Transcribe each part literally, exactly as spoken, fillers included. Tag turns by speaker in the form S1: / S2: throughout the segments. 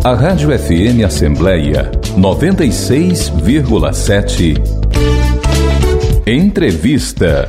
S1: A Rádio F M Assembleia noventa e seis vírgula sete. Entrevista.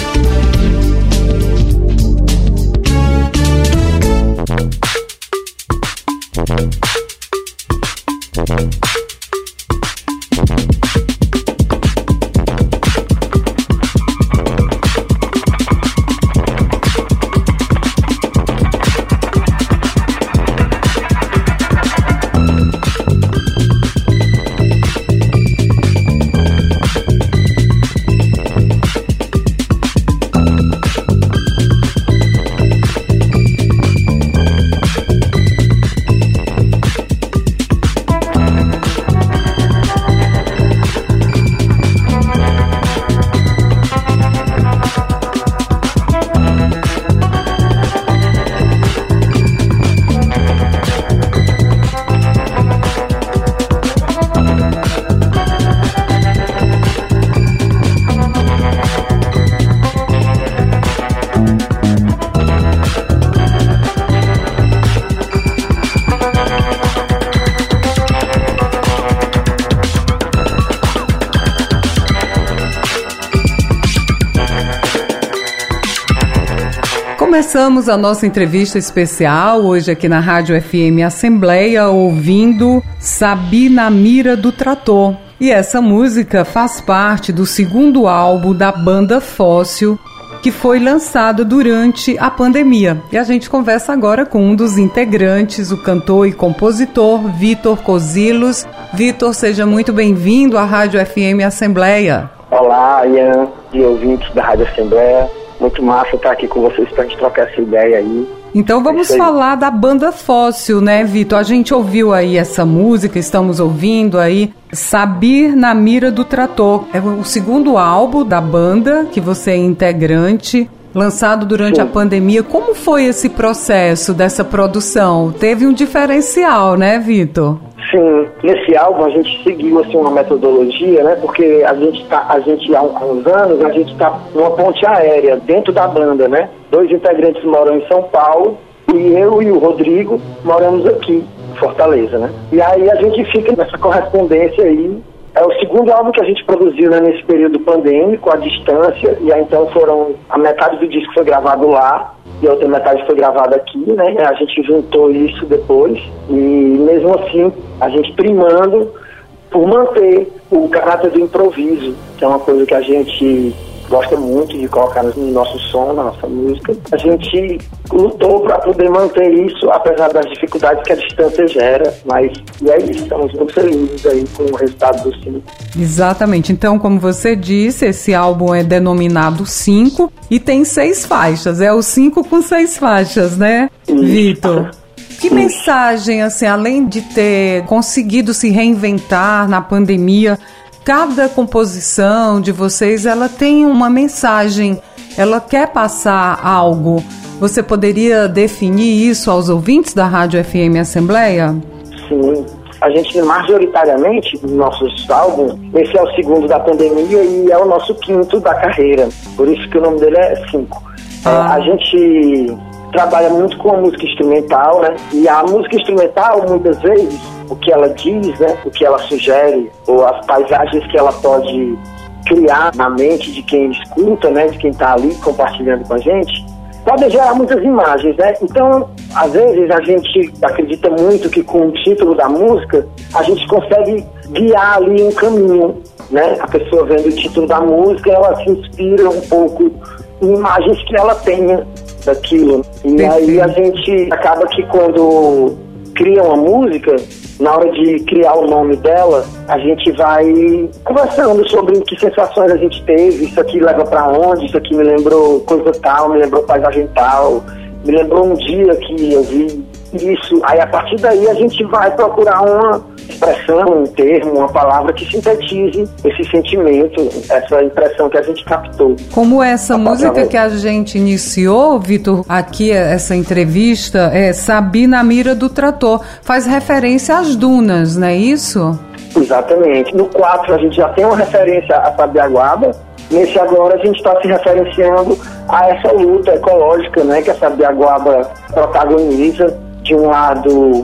S2: Começamos a nossa entrevista especial hoje aqui na Rádio F M Assembleia ouvindo Sabi na Mira do Trator. E essa música faz parte do segundo álbum da banda Fóssil, que foi lançado durante a pandemia. E a gente conversa agora com um dos integrantes, o cantor e compositor Vitor Cosilos. Vitor, seja muito bem-vindo à Rádio F M Assembleia.
S3: Olá, Ian e ouvintes da Rádio Assembleia. Muito massa estar aqui com vocês para a gente trocar essa ideia aí.
S2: Então vamos é falar da banda Fóssil, né, Vitor? A gente ouviu aí essa música, estamos ouvindo aí Sabi na Mira do Trator. É o segundo álbum da banda, que você é integrante, lançado durante Sim. a pandemia. Como foi esse processo dessa produção? Teve um diferencial, né, Vitor?
S3: Sim, nesse álbum a gente seguiu assim, uma metodologia, né? Porque a gente tá, a gente há uns anos a gente está numa ponte aérea dentro da banda, né? Dois integrantes moram em São Paulo e eu e o Rodrigo moramos aqui em Fortaleza, né? E aí a gente fica nessa correspondência aí. É o segundo álbum que a gente produziu, né, nesse período pandêmico, à distância, e aí então foram, a metade do disco foi gravado lá, e a outra metade foi gravada aqui, né, a gente juntou isso depois, e mesmo assim, a gente primando por manter o caráter do improviso, que é uma coisa que a gente gosta muito de colocar no nosso som, na nossa música. A gente lutou para poder manter isso, apesar das dificuldades que a distância gera, mas e é isso, estamos muito felizes aí com o resultado do cinco.
S2: Exatamente, então como você disse, esse álbum é denominado cinco e tem seis faixas, é o cinco com seis faixas, né, Vitor? Que mensagem, assim, além de ter conseguido se reinventar na pandemia, cada composição de vocês, ela tem uma mensagem, ela quer passar algo. Você poderia definir isso aos ouvintes da Rádio F M Assembleia?
S3: Sim, a gente majoritariamente, nos nossos álbuns, esse é o segundo da pandemia e é o nosso quinto da carreira, por isso que o nome dele é cinco. Ah. É, a gente trabalha muito com a música instrumental, né? E a música instrumental, muitas vezes, o que ela diz, né? O que ela sugere, ou as paisagens que ela pode criar na mente de quem escuta, né? De quem está ali compartilhando com a gente, podem gerar muitas imagens, né? Então, às vezes, a gente acredita muito que com o título da música, a gente consegue guiar ali um caminho, né? A pessoa vendo o título da música, ela se inspira um pouco em imagens que ela tenha daquilo. E aí a gente acaba que quando cria uma música, na hora de criar o nome dela, a gente vai conversando sobre que sensações a gente teve, isso aqui leva pra onde, isso aqui me lembrou coisa tal, me lembrou paisagem tal, me lembrou um dia que eu vi isso. Aí a partir daí a gente vai procurar uma expressão, um termo, uma palavra que sintetize esse sentimento, essa impressão que a gente captou.
S2: Como essa música que a gente iniciou, Vitor, aqui essa entrevista, é Sabi na Mira do Trator, faz referência às dunas, não é isso?
S3: Exatamente. No quatro a gente já tem uma referência a Sabiaguaba. Nesse agora a gente está se referenciando a essa luta ecológica, né, que a Sabiaguaba protagoniza. De um lado,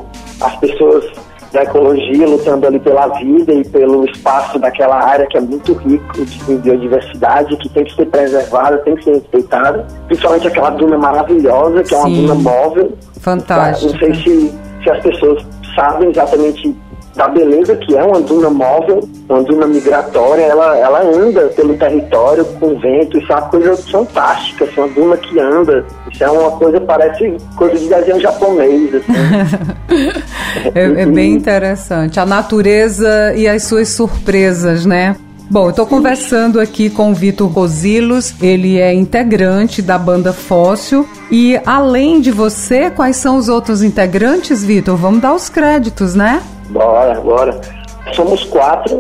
S3: as pessoas da ecologia lutando ali pela vida e pelo espaço daquela área que é muito rico de biodiversidade, que tem que ser preservada, tem que ser respeitada, principalmente aquela duna maravilhosa, que é uma
S2: Sim.
S3: duna móvel.
S2: Fantástica.
S3: Não sei se, se as pessoas sabem exatamente da beleza que é uma duna móvel, uma duna migratória, ela, ela anda pelo território com vento, isso é uma coisa fantástica, assim, uma duna que anda, isso é uma coisa, parece coisa de desenho japonês, assim.
S2: é, é bem interessante, a natureza e as suas surpresas, né? Bom, eu estou conversando aqui com o Vitor Kozilos, ele é integrante da banda Fóssil. E além de você, quais são os outros integrantes, Vitor? Vamos dar os créditos, né?
S3: Bora, bora. Somos quatro,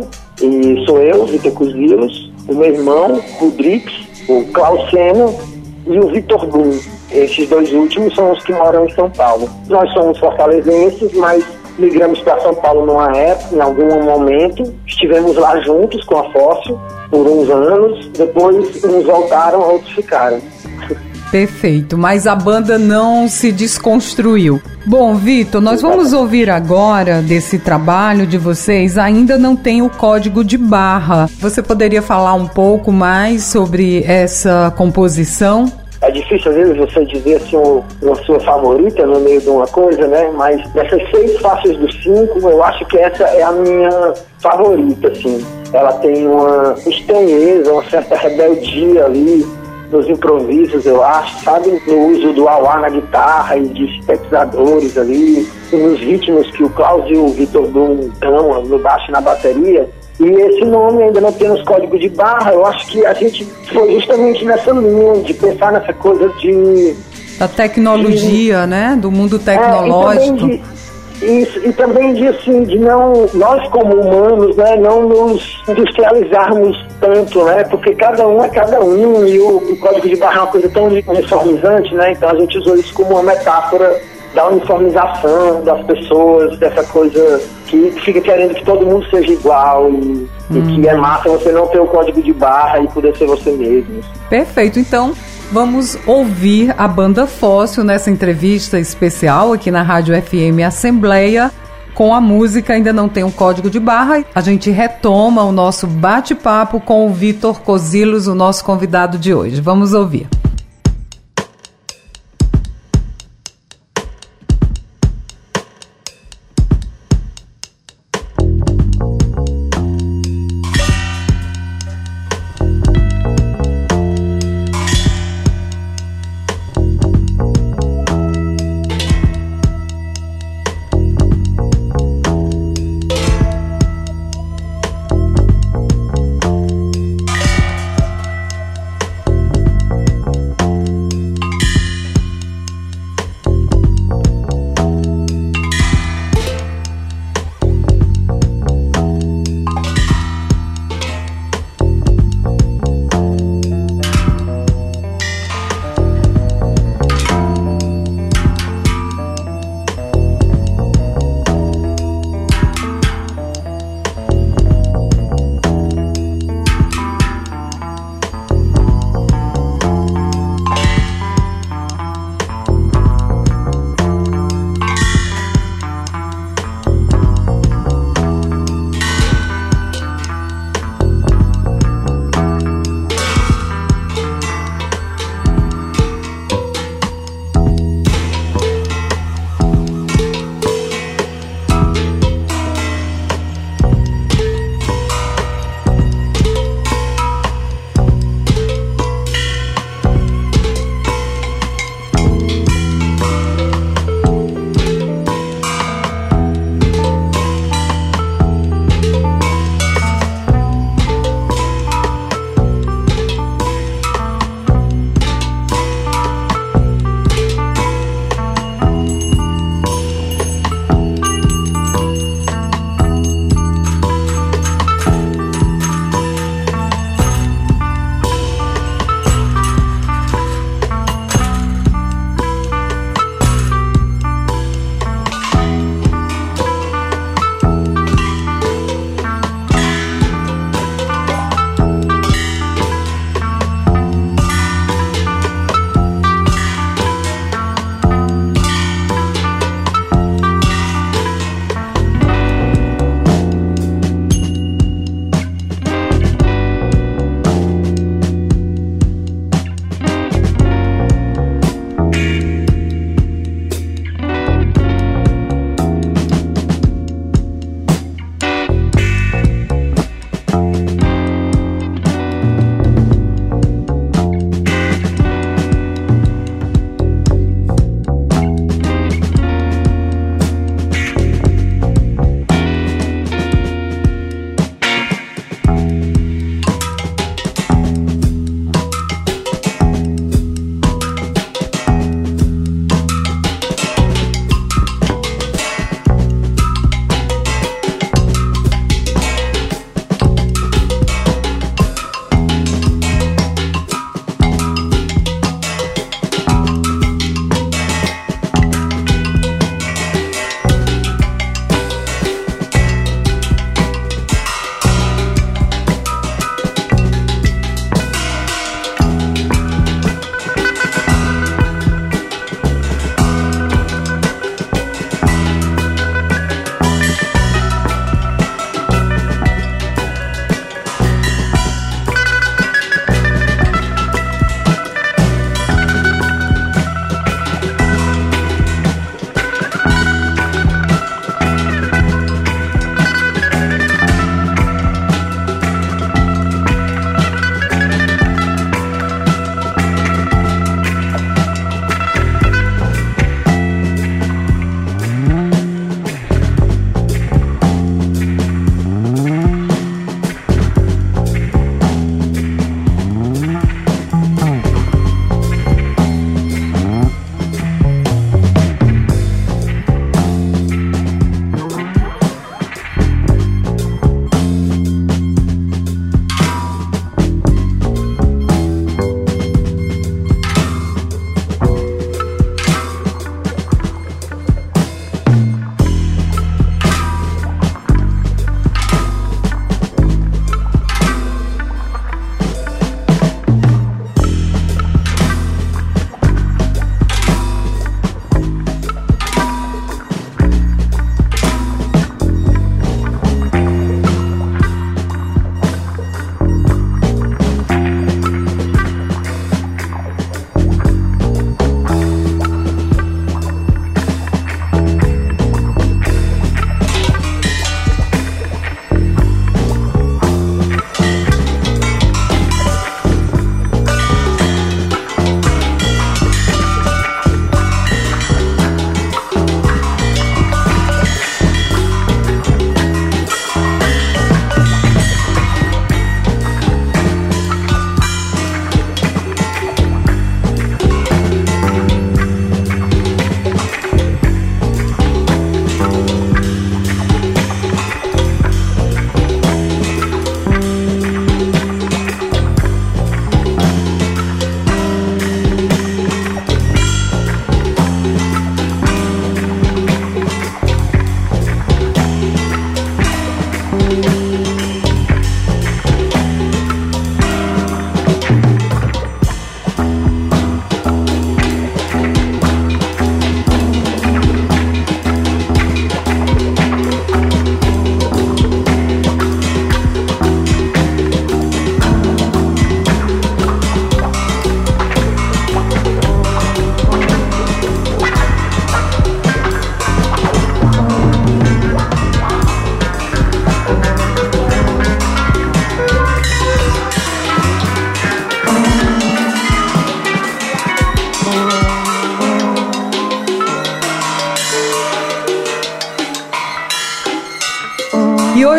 S3: e sou eu, Vitor Kozilos, o meu irmão, o Drix, o Clauceno e o Vitor Blum. Esses dois últimos são os que moram em São Paulo. Nós somos fortalezenses, mas migramos para São Paulo numa época, em algum momento. Estivemos lá juntos com a Fóssil por uns anos, depois uns voltaram, outros ficaram.
S2: Perfeito, mas a banda não se desconstruiu. Bom, Vitor, nós vamos ouvir agora desse trabalho de vocês, Ainda Não Tem o Código de Barra. Você poderia falar um pouco mais sobre essa composição?
S3: É difícil, às vezes, você dizer assim, uma sua favorita no meio de uma coisa, né? Mas dessas seis faixas dos cinco, eu acho que essa é a minha favorita, assim. Ela tem uma estranheza, uma certa rebeldia ali nos improvisos, eu acho, sabe? No uso do auá na guitarra e de sintetizadores ali, e nos ritmos que o Klaus e o Vitor Blum dão no baixo e na bateria. E esse nome Ainda Não Tem os Códigos de Barra, eu acho que a gente foi justamente nessa linha de pensar nessa coisa de...
S2: Da tecnologia, de, né? Do mundo tecnológico.
S3: É, Isso, e também de, assim, de não, nós como humanos, né, não nos industrializarmos tanto, né, porque cada um é cada um, e o, o código de barra é uma coisa tão uniformizante, né, então a gente usou isso como uma metáfora da uniformização das pessoas, dessa coisa que fica querendo que todo mundo seja igual, e, hum. e que é massa você não ter o código de barra e poder ser você mesmo.
S2: Perfeito, então vamos ouvir a banda Fóssil nessa entrevista especial aqui na Rádio F M Assembleia com a música Ainda Não Tem um Código de Barra. A gente retoma o nosso bate-papo com o Vitor Kozilos, o nosso convidado de hoje. Vamos ouvir.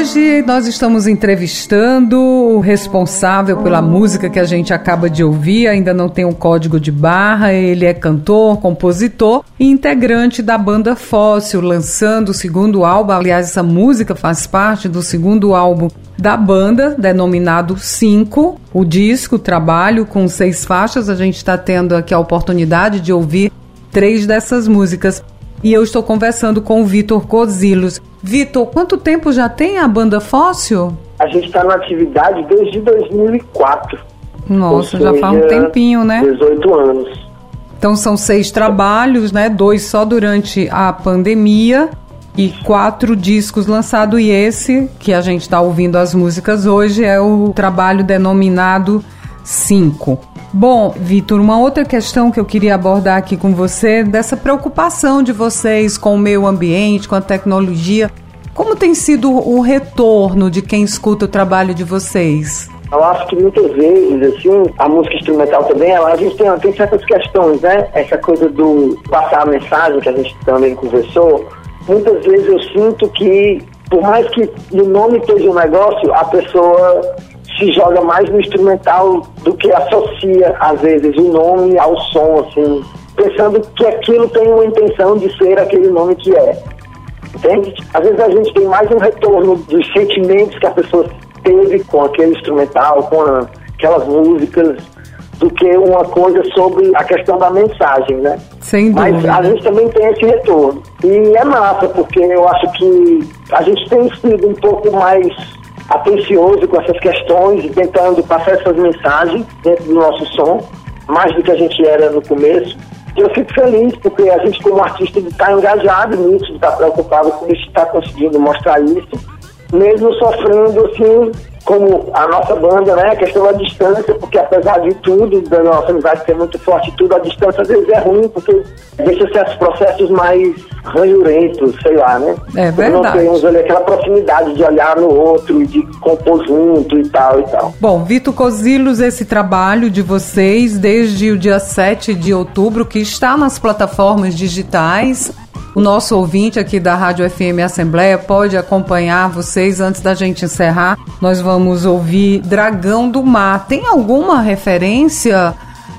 S2: hoje nós estamos entrevistando o responsável pela música que a gente acaba de ouvir, ainda não tem um código de barra, ele é cantor, compositor e integrante da banda Fóssil, lançando o segundo álbum. Aliás, essa música faz parte do segundo álbum da banda, denominado cinco, o disco, o trabalho com seis faixas. A gente está tendo aqui a oportunidade de ouvir três dessas músicas. E eu estou conversando com o Vitor Cozzilos. Vitor, quanto tempo já tem a banda Fóssil?
S3: A gente está na atividade desde dois mil e quatro.
S2: Nossa, já faz um tempinho, né?
S3: dezoito anos.
S2: Então são seis trabalhos, né? Dois só durante a pandemia e quatro discos lançados. E esse, que a gente está ouvindo as músicas hoje, é o trabalho denominado cinco. Bom, Vitor, uma outra questão que eu queria abordar aqui com você, dessa preocupação de vocês com o meio ambiente, com a tecnologia. Como tem sido o retorno de quem escuta o trabalho de vocês?
S3: Eu acho que muitas vezes, assim, a música instrumental também, ela, a gente tem, tem certas questões, né? Essa coisa do passar a mensagem que a gente também conversou. Muitas vezes eu sinto que, por mais que no nome esteja um negócio, a pessoa se joga mais no instrumental do que associa, às vezes, o nome ao som, assim, pensando que aquilo tem uma intenção de ser aquele nome que é. Entende? Às vezes a gente tem mais um retorno dos sentimentos que a pessoa teve com aquele instrumental, com a, aquelas músicas, do que uma coisa sobre a questão da mensagem, né?
S2: Sem dúvida.
S3: Mas a gente também tem esse retorno. E é massa, porque eu acho que a gente tem sido um pouco mais atencioso com essas questões e tentando passar essas mensagens dentro do nosso som, mais do que a gente era no começo. E eu fico feliz porque a gente, como artista, está engajado nisso, está preocupado com isso, está conseguindo mostrar isso, mesmo sofrendo, assim, como a nossa banda, né, a questão da distância, porque apesar de tudo, da nossa amizade ser muito forte e tudo, a distância às vezes é ruim, porque deixa certos processos mais ranhurentos, sei lá, né?
S2: É verdade.
S3: Não temos ali aquela proximidade de olhar no outro e de compor junto e tal e tal.
S2: Bom, Vitor Cozzilos, esse trabalho de vocês desde o dia sete de outubro, que está nas plataformas digitais. O nosso ouvinte aqui da Rádio F M Assembleia pode acompanhar vocês. Antes da gente encerrar, nós vamos ouvir Dragão do Mar. Tem alguma referência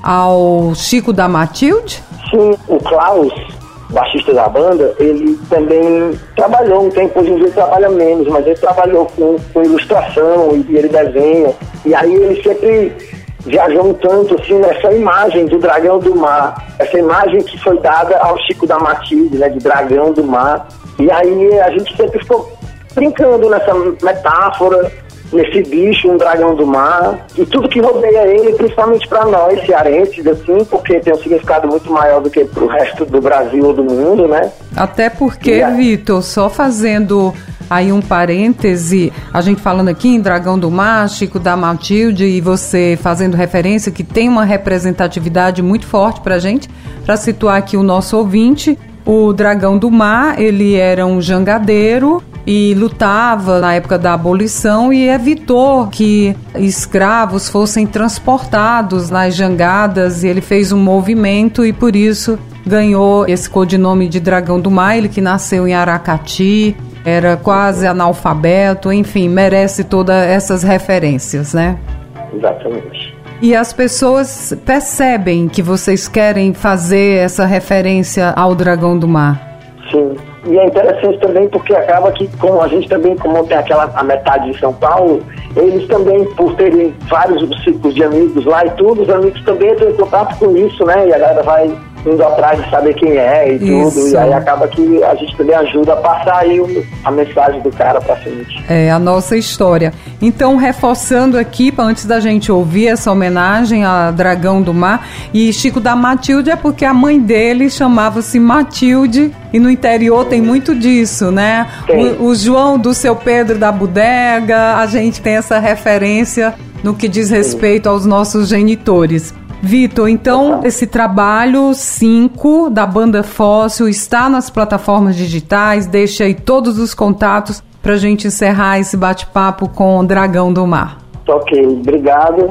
S2: ao Chico da Matilde?
S3: Sim, o Klaus, baixista da banda, ele também trabalhou um tempo, hoje em dia ele trabalha menos, mas ele trabalhou com, com ilustração e ele desenha. E aí ele sempre viajou um tanto assim nessa imagem do dragão do mar, essa imagem que foi dada ao Chico da Matilde, né, de dragão do mar. E aí a gente sempre ficou brincando nessa metáfora, nesse bicho, um dragão do mar, e tudo que rodeia ele, principalmente para nós cearenses, assim, porque tem um significado muito maior do que pro resto do Brasil ou do mundo, né?
S2: Até porque, Vitor, só fazendo aí um parêntese, a gente falando aqui em Dragão do Mar, Chico da Matilde, e você fazendo referência que tem uma representatividade muito forte pra gente, para situar aqui o nosso ouvinte. O Dragão do Mar, ele era um jangadeiro e lutava na época da abolição e evitou que escravos fossem transportados nas jangadas, e ele fez um movimento e por isso ganhou esse codinome de Dragão do Mar. Ele que nasceu em Aracati, era quase analfabeto, enfim, merece todas essas referências, né?
S3: Exatamente.
S2: E as pessoas percebem que vocês querem fazer essa referência ao Dragão do Mar?
S3: Sim. E é interessante também porque acaba que, como a gente também, como tem aquela a metade de São Paulo, eles também, por terem vários ciclos de amigos lá e tudo, os amigos também entram em contato com isso, né? E a galera vai indo atrás de saber quem é e
S2: isso.
S3: tudo. E aí acaba que a gente também ajuda a passar aí o, a mensagem do cara pra frente.
S2: É a nossa história. Então, reforçando aqui, antes da gente ouvir essa homenagem a Dragão do Mar, e Chico da Matilde é porque a mãe dele chamava-se Matilde, e no interior tem muito disso, né? O, o João do Seu Pedro da Bodega, a gente tem essa referência no que diz respeito aos nossos genitores. Vitor, então esse trabalho cinco da banda Fóssil está nas plataformas digitais. Deixa aí todos os contatos para a gente encerrar esse bate-papo com o Dragão do Mar.
S3: Ok, obrigado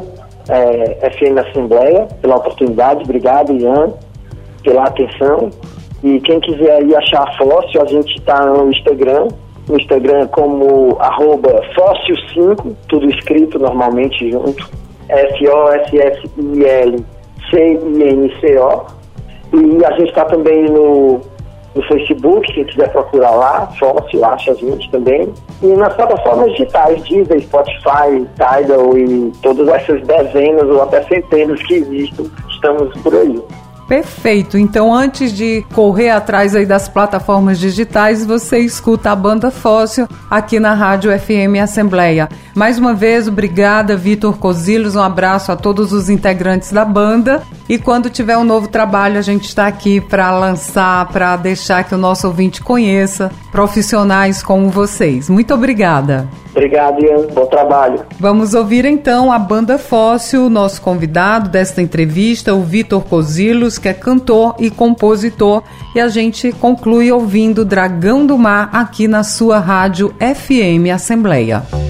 S3: é, F M Assembleia pela oportunidade, obrigado Ian pela atenção, e quem quiser aí achar a Fóssil, a gente está no Instagram, no Instagram como arroba fóssil cinco, tudo escrito normalmente junto, F O S S I L C I N C O. E a gente está também no, no Facebook, quem quiser procurar lá, Fóssil, acha a gente também. E nas plataformas digitais, Deezer, Spotify, Tidal e todas essas dezenas ou até centenas que existem, estamos por aí.
S2: Perfeito. Então, antes de correr atrás aí das plataformas digitais, você escuta a Banda Fóssil aqui na Rádio F M Assembleia. Mais uma vez, obrigada, Vitor Cozzilos. Um abraço a todos os integrantes da banda. E quando tiver um novo trabalho, a gente está aqui para lançar, para deixar que o nosso ouvinte conheça profissionais como vocês. Muito obrigada.
S3: Obrigado, Ian. Bom trabalho.
S2: Vamos ouvir então a Banda Fóssil, nosso convidado desta entrevista, o Vitor Cozzilos, que é cantor e compositor, e a gente conclui ouvindo Dragão do Mar aqui na sua rádio F M Assembleia.